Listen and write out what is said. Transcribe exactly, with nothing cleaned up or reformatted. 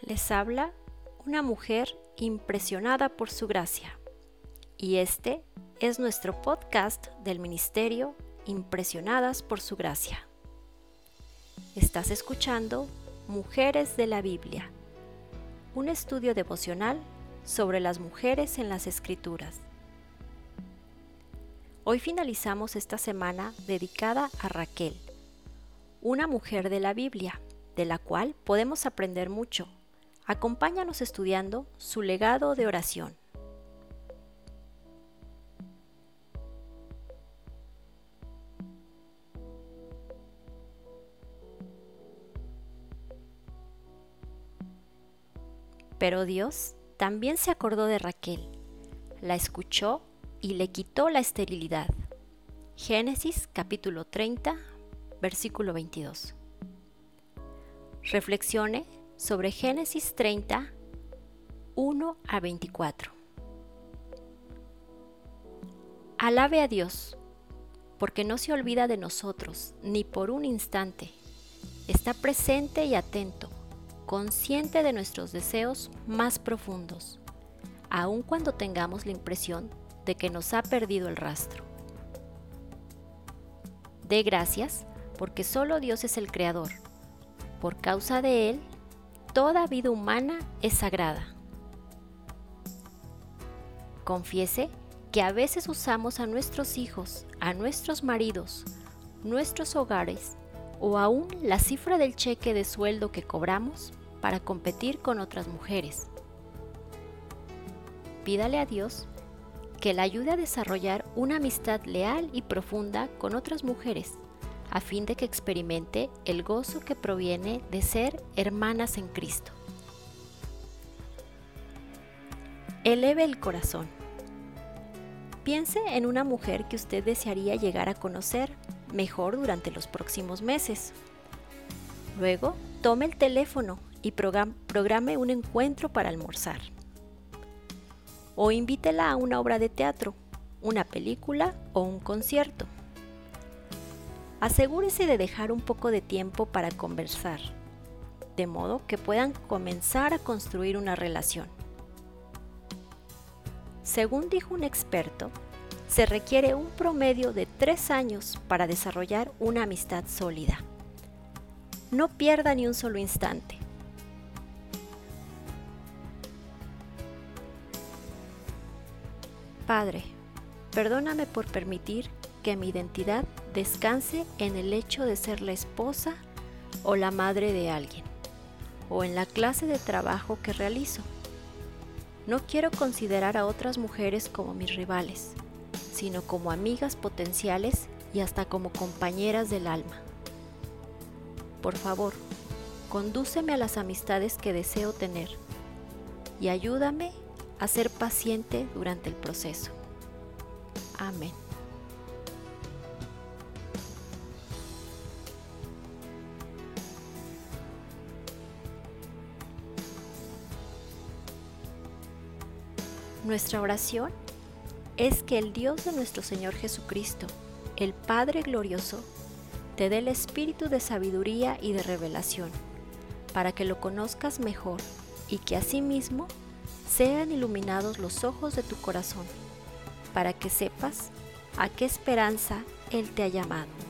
Les habla una mujer impresionada por su gracia. Y este es nuestro podcast del Ministerio Impresionadas por su Gracia. Estás escuchando Mujeres de la Biblia, un estudio devocional sobre las mujeres en las Escrituras. Hoy finalizamos esta semana dedicada a Raquel, una mujer de la Biblia, de la cual podemos aprender mucho. Acompáñanos estudiando su legado de oración. Pero Dios también se acordó de Raquel, la escuchó y le quitó la esterilidad. Génesis capítulo treinta, versículo veintidós. Reflexione sobre Génesis treinta, uno a veinticuatro. Alabe a Dios, porque no se olvida de nosotros ni por un instante. Está presente y atento, consciente de nuestros deseos más profundos, aun cuando tengamos la impresión de que nos ha perdido el rastro. Dé gracias, porque solo Dios es el Creador. Por causa de Él, toda vida humana es sagrada. Confiese que a veces usamos a nuestros hijos, a nuestros maridos, nuestros hogares o aún la cifra del cheque de sueldo que cobramos para competir con otras mujeres. Pídale a Dios que la ayude a desarrollar una amistad leal y profunda con otras mujeres, a fin de que experimente el gozo que proviene de ser hermanas en Cristo. Eleve el corazón. Piense en una mujer que usted desearía llegar a conocer mejor durante los próximos meses. Luego, tome el teléfono y programe un encuentro para almorzar. O invítela a una obra de teatro, una película o un concierto. Asegúrese de dejar un poco de tiempo para conversar, de modo que puedan comenzar a construir una relación. Según dijo un experto, se requiere un promedio de tres años para desarrollar una amistad sólida. No pierda ni un solo instante. Padre, perdóname por permitir que mi identidad descanse en el hecho de ser la esposa o la madre de alguien, o en la clase de trabajo que realizo. No quiero considerar a otras mujeres como mis rivales, sino como amigas potenciales y hasta como compañeras del alma. Por favor, condúceme a las amistades que deseo tener y ayúdame a ser paciente durante el proceso. Amén. Nuestra oración es que el Dios de nuestro Señor Jesucristo, el Padre glorioso, te dé el espíritu de sabiduría y de revelación, para que lo conozcas mejor y que asimismo sean iluminados los ojos de tu corazón, para que sepas a qué esperanza Él te ha llamado.